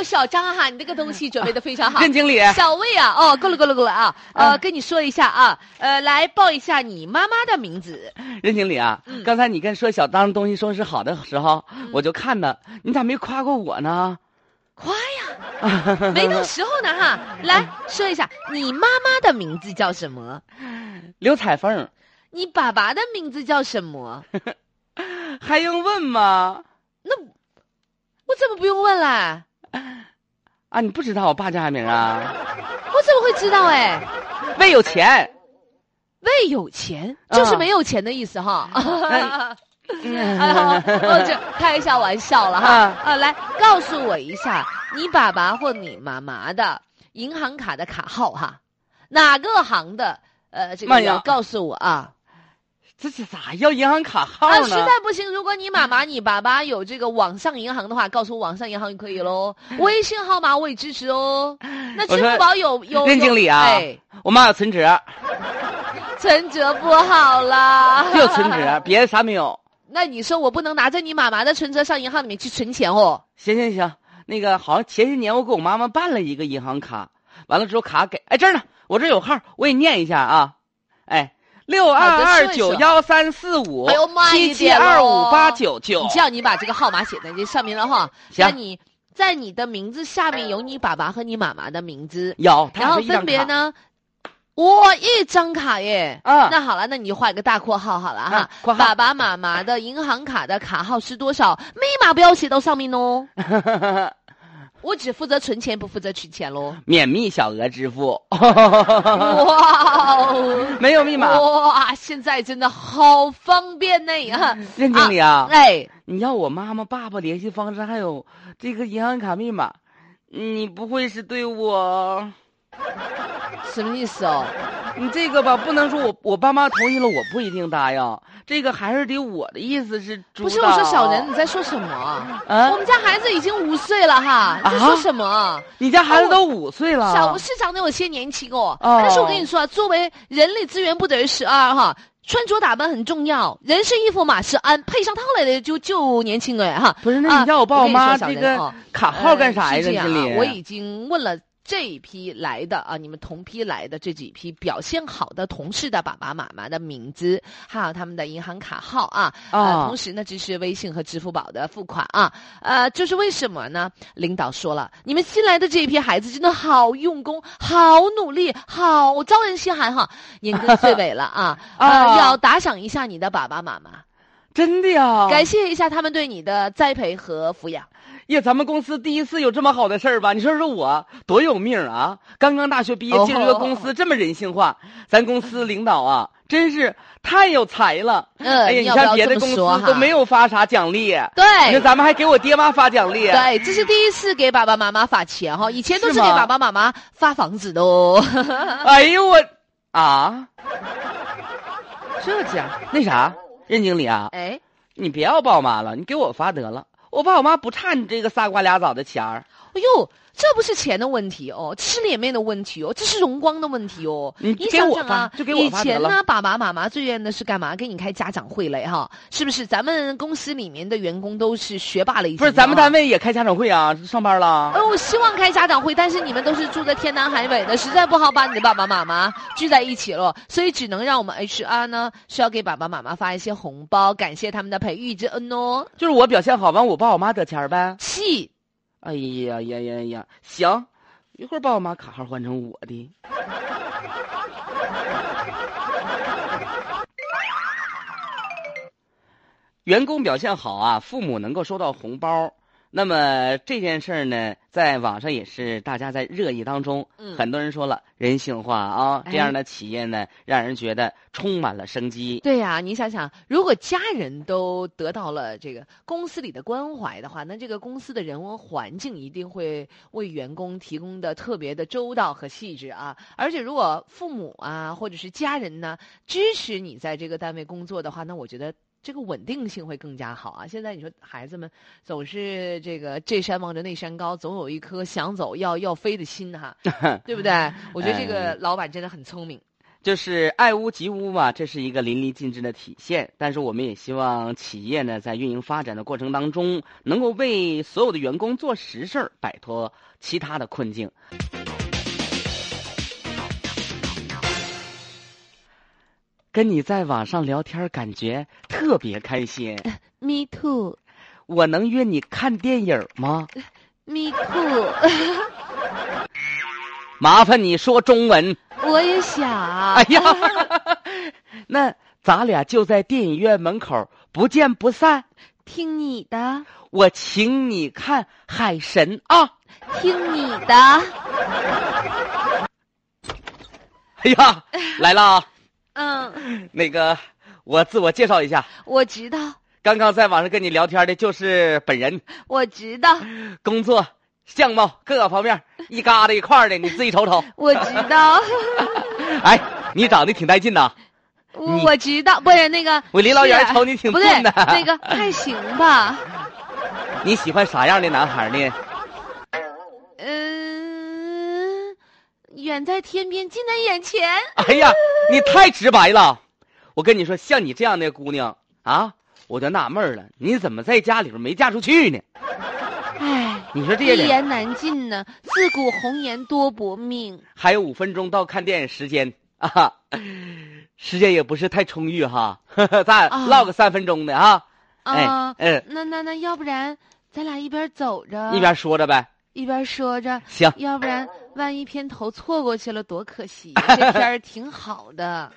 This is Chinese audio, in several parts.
小张哈，你这个东西准备的非常好。 任经理， 小魏啊，哦，够了啊，跟你说一下啊，来报一下你妈妈的名字。 任经理啊，刚才你跟说小张东西说是好的时候，我就看了，你咋没夸过我呢？ 夸呀，没到时候呢哈。来说一下，你妈妈的名字叫什么？ 刘彩凤。 你爸爸的名字叫什么？ 还用问吗？ 那我怎么不用问啦？ 啊，你不知道我爸叫啥名啊？ 我怎么会知道哎？ 魏有钱。 魏有钱就是没有钱的意思哈。这开一下玩笑了哈。来告诉我一下你爸爸或你妈妈的银行卡的卡号哈，哪个行的？这个要告诉我啊。 这是咋要银行卡号呢？ 实在不行，如果你妈妈、你爸爸有这个网上银行的话，告诉我网上银行就可以喽。微信号码我也支持哦。那支付宝有任经理啊，我妈有存折。 存折不好啦， 就有存折，别的啥没有。 那你说我不能拿着你妈妈的存折上银行里面去存钱哦？ 行，那个好像前些年我给我妈妈办了一个银行卡，完了之后卡给，哎这儿呢，我这有号，我也念一下啊，哎。62291434577258999。 你叫你把这个号码写在这上面了哈。那你在你的名字下面有你爸爸和你妈妈的名字， 有， 然后分别呢，哇，一张卡耶。那好了，那你就画一个大括号好了哈。爸爸妈妈的银行卡的卡号是多少？密码不要写到上面哦。我只负责存钱，不负责取钱喽。 免密小额支付。 哇， 没有密码。 哇，现在真的好方便呢啊！ 任经理啊， 哎， 你要我妈妈、爸爸联系方式，还有这个银行卡密码，你不会是对我什么意思哦？ 你这个吧，不能说我爸妈同意了，我不一定答应。这个还是得我的意思是主导。 不是，我说小人，你在说什么啊？我们家孩子已经5岁了哈，你在说什么？ 你家孩子都5岁了？ 小吴市长得有些年轻哦。但是我跟你说啊，作为人力资源部的12哈，穿着打扮很重要，人是衣服马是鞍，配上套来的就年轻了哈。 不是，那你叫我爸我妈这个卡号干啥呀？这经理， 我已经问了。这一批来的啊，你们同批来的这几批表现好的同事的爸爸妈妈的名字，还有他们的银行卡号啊，同时呢支持微信和支付宝的付款啊，就是为什么呢？领导说了，你们新来的这一批孩子真的好用功、好努力、好招人稀罕哈，年根岁尾了啊，要打赏一下你的爸爸妈妈。 真的呀， 感谢一下他们对你的栽培和抚养。 呀，咱们公司第一次有这么好的事儿吧？你说说我多有命啊！刚刚大学毕业进入一个公司，这么人性化，咱公司领导啊，真是太有才了。哎呀，你像别的公司都没有发啥奖励， 对， 你说咱们还给我爹妈发奖励。 对，这是第一次给爸爸妈妈发钱哈，以前都是给爸爸妈妈发房子的哦。 哎呦我啊，这家那啥，任经理啊， 哎， 你别要爸我妈了，你给我发得了。我爸我妈不差你这个仨瓜俩枣的钱儿。 哎呦，这不是钱的问题哦，这是脸面的问题哦，这是荣光的问题哦。 你想想啊， 就给我发得了。 以前呢，爸爸妈妈最愿的是干嘛？给你开家长会嘞哈，是不是？咱们公司里面的员工都是学霸了已经。 不是，咱们单位也开家长会啊，上班了。 我希望开家长会，但是你们都是住在天南海北的，实在不好把你的爸爸妈妈聚在一起了，所以只能让我们 HR 呢是要给爸爸妈妈发一些红包，感谢他们的培育之恩哦。 就是我表现好，完我爸我妈得钱呗。 气。 哎呀，行，一会儿把我妈卡号换成我的。员工表现好啊，父母能够收到红包。那么这件事儿呢，在网上也是大家在热议当中，很多人说了人性化啊，这样的企业呢，让人觉得充满了生机。 对呀，你想想，如果家人都得到了这个公司里的关怀的话，那这个公司的人文环境一定会为员工提供的特别的周到和细致啊。而且如果父母啊或者是家人呢支持你在这个单位工作的话，那我觉得这个稳定性会更加好啊！现在你说孩子们总是这山望着那山高，总有一颗想走要飞的心哈，对不对？我觉得这个老板真的很聪明。 就是爱屋及乌嘛，这是一个淋漓尽致的体现。但是我们也希望企业呢，在运营发展的过程当中，能够为所有的员工做实事儿，摆脱其他的困境。跟你在网上聊天，感觉特别开心。 Me too。 我能约你看电影吗？ Me too。 麻烦你说中文。 我也想。 哎呀，那咱俩就在电影院门口不见不散。 听你的。 我请你看海神啊。 听你的。 哎呀，来了。 那个，我自我介绍一下。 我知道。 刚刚在网上跟你聊天的就是本人。 我知道。 工作、相貌各个方面一嘎的一块的，你自己瞅瞅。 我知道。 哎，你长得挺带劲呐。 我知道，不是那个。 我离老远瞅你挺俊的。 那个还行吧。 你喜欢啥样的男孩呢？ 远在天边，近在眼前。 哎呀，你太直白了！我跟你说，像你这样的姑娘啊，我就纳闷了，你怎么在家里边没嫁出去呢？ 哎， 你说这些人一言难尽呢。自古红颜多薄命。还有5分钟到看电影时间啊，时间也不是太充裕哈，咱唠个3分钟的哈。 那要不然咱俩一边走着一边说着呗。 一边说着行， 要不然万一片头错过去了多可惜。这片儿挺好的。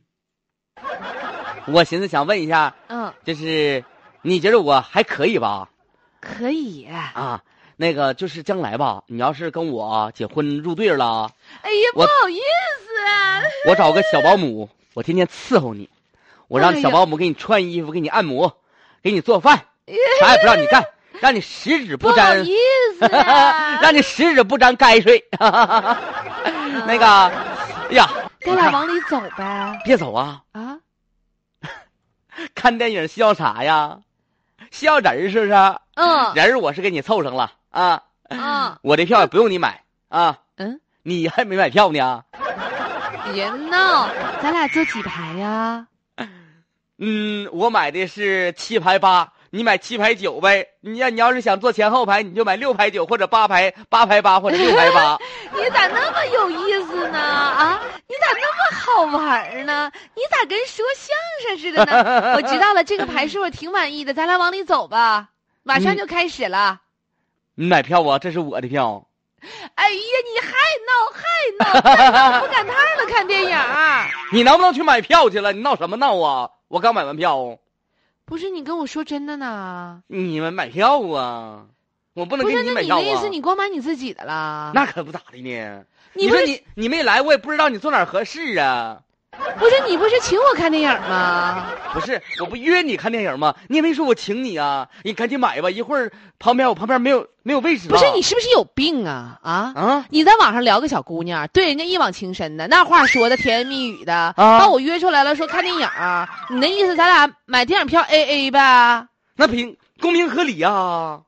我寻思想问一下，就是你觉得我还可以吧？ 可以啊，那个就是将来吧，你要是跟我结婚入队了， 哎呀，不好意思啊， 我找个小保姆，我天天伺候你，我让小保姆给你穿衣服，给你按摩，给你做饭，啥也不让你干。让你十指不沾， 不好意思让你十指不沾泔水。那个，哎呀， 咱俩往里走呗。 别走啊！ 啊， 看电影笑啥呀？笑人是不是？人我是给你凑上了啊。我的票也不用你买啊。你还没买票呢。 别闹，咱俩坐几排呀？ 我买的是7排8。你买7排9呗，你要是想坐前后排，你就买6排9或者8排8或者6排8。 你咋那么有意思呢？啊，你咋那么好玩呢？你咋跟说相声似的呢？我知道了，这个排数我挺满意的，咱俩往里走吧，马上就开始了。 你买票啊？这是我的票。 哎呀，你还闹，不赶趟了看电影。 你能不能去买票去了？你闹什么闹啊？我刚买完票。 不是你跟我说真的呢？ 你们买票啊，我不能给你买票啊。 不是，那你的意思你光买你自己的啦？ 那可不咋的呢。你说你没来，我也不知道你坐哪儿合适啊。 不是你不是请我看电影吗？ 不是，我不约你看电影吗？你也没说我请你啊，你赶紧买吧，一会儿我旁边没有位置。 不是你是不是有病啊？你在网上聊个小姑娘，对人家一往情深的，那话说的甜言蜜语的，把我约出来了，说看电影，你那意思咱俩买电影票 AA 呗？ 那公平合理啊。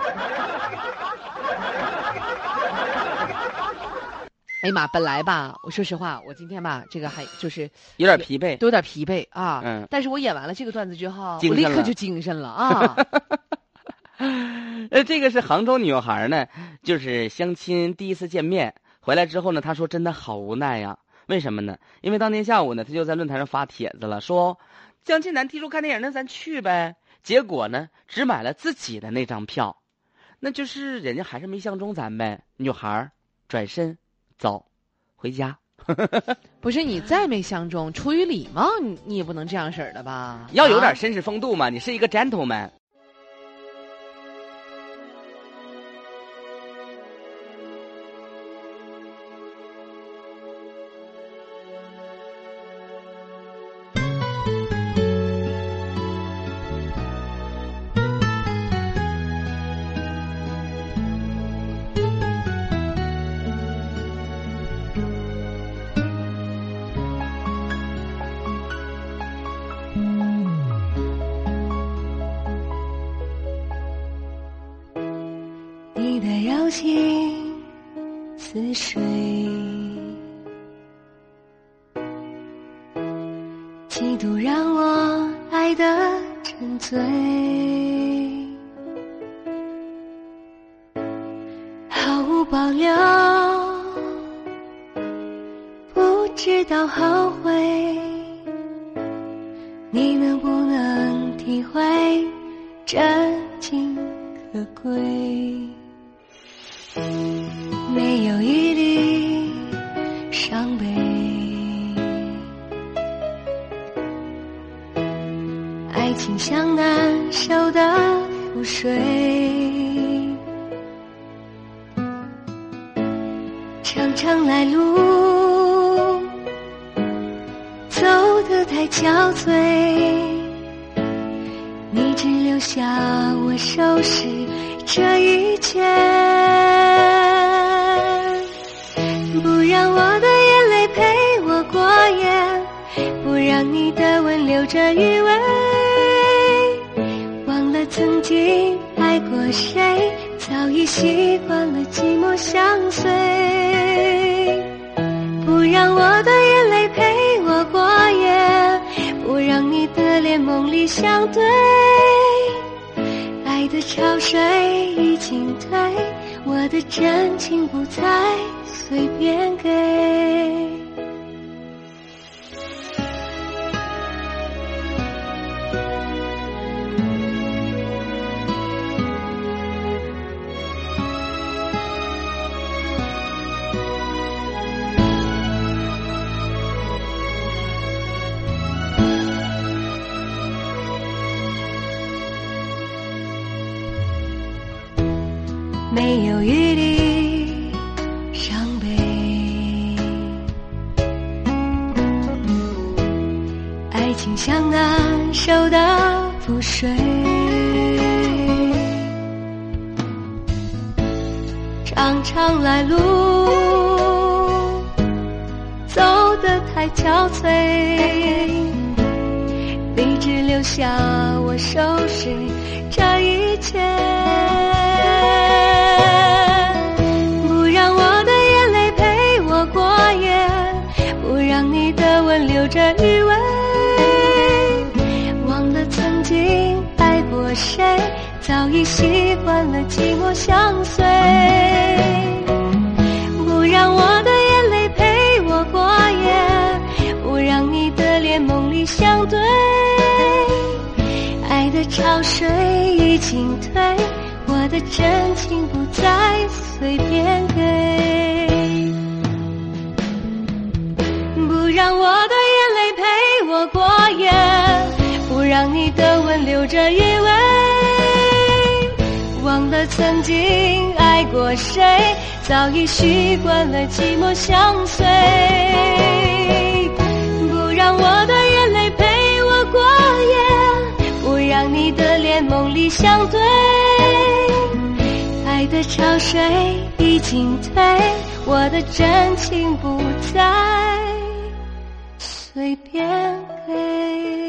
哎呀妈！本来吧，我说实话，我今天吧，这个还就是有点疲惫， 都有点疲惫啊。但是我演完了这个段子之后，我立刻就精神了啊。 这个是杭州女孩呢，就是相亲第一次见面回来之后呢，她说真的好无奈呀。为什么呢？因为当天下午呢，她就在论坛上发帖子了，说相亲男提出看电影，那咱去呗。结果呢，只买了自己的那张票，那就是人家还是没相中咱呗。女孩转身走回家。 不是你再没相中，出于礼貌，你也不能这样式儿的吧？ 要有点绅士风度嘛，你是一个 gentleman。 你的腰心似水， 醉，毫无保留，不知道后悔。你能不能体会真情可贵？没有一粒伤悲，爱情像难受的覆水，常常来路走得太憔悴，你只留下我收拾这一切，不让我的眼泪陪我过夜，不让你的吻留着余味，忘了曾经爱过谁，早已习惯了寂寞相随，不让我的眼泪陪我过夜，不让你的脸梦里相对，爱的潮水已经退，我的真情不再随便给。没有余力伤悲，爱情像难受的覆水，常常来路走得太憔悴，你只留下我收拾这一切，让你的吻留着余味，忘了曾经爱过谁，早已习惯了寂寞相随，不让我的眼泪陪我过夜，不让你的脸梦里相对，爱的潮水已经退，我的真情不再随便给，不让我的眼泪陪我过夜，不让你的吻留着余味，忘了曾经爱过谁，早已习惯了寂寞相随，不让我的眼泪陪我过夜，不让你的脸梦里相对，爱的潮水已经退，我的真情不再随便给。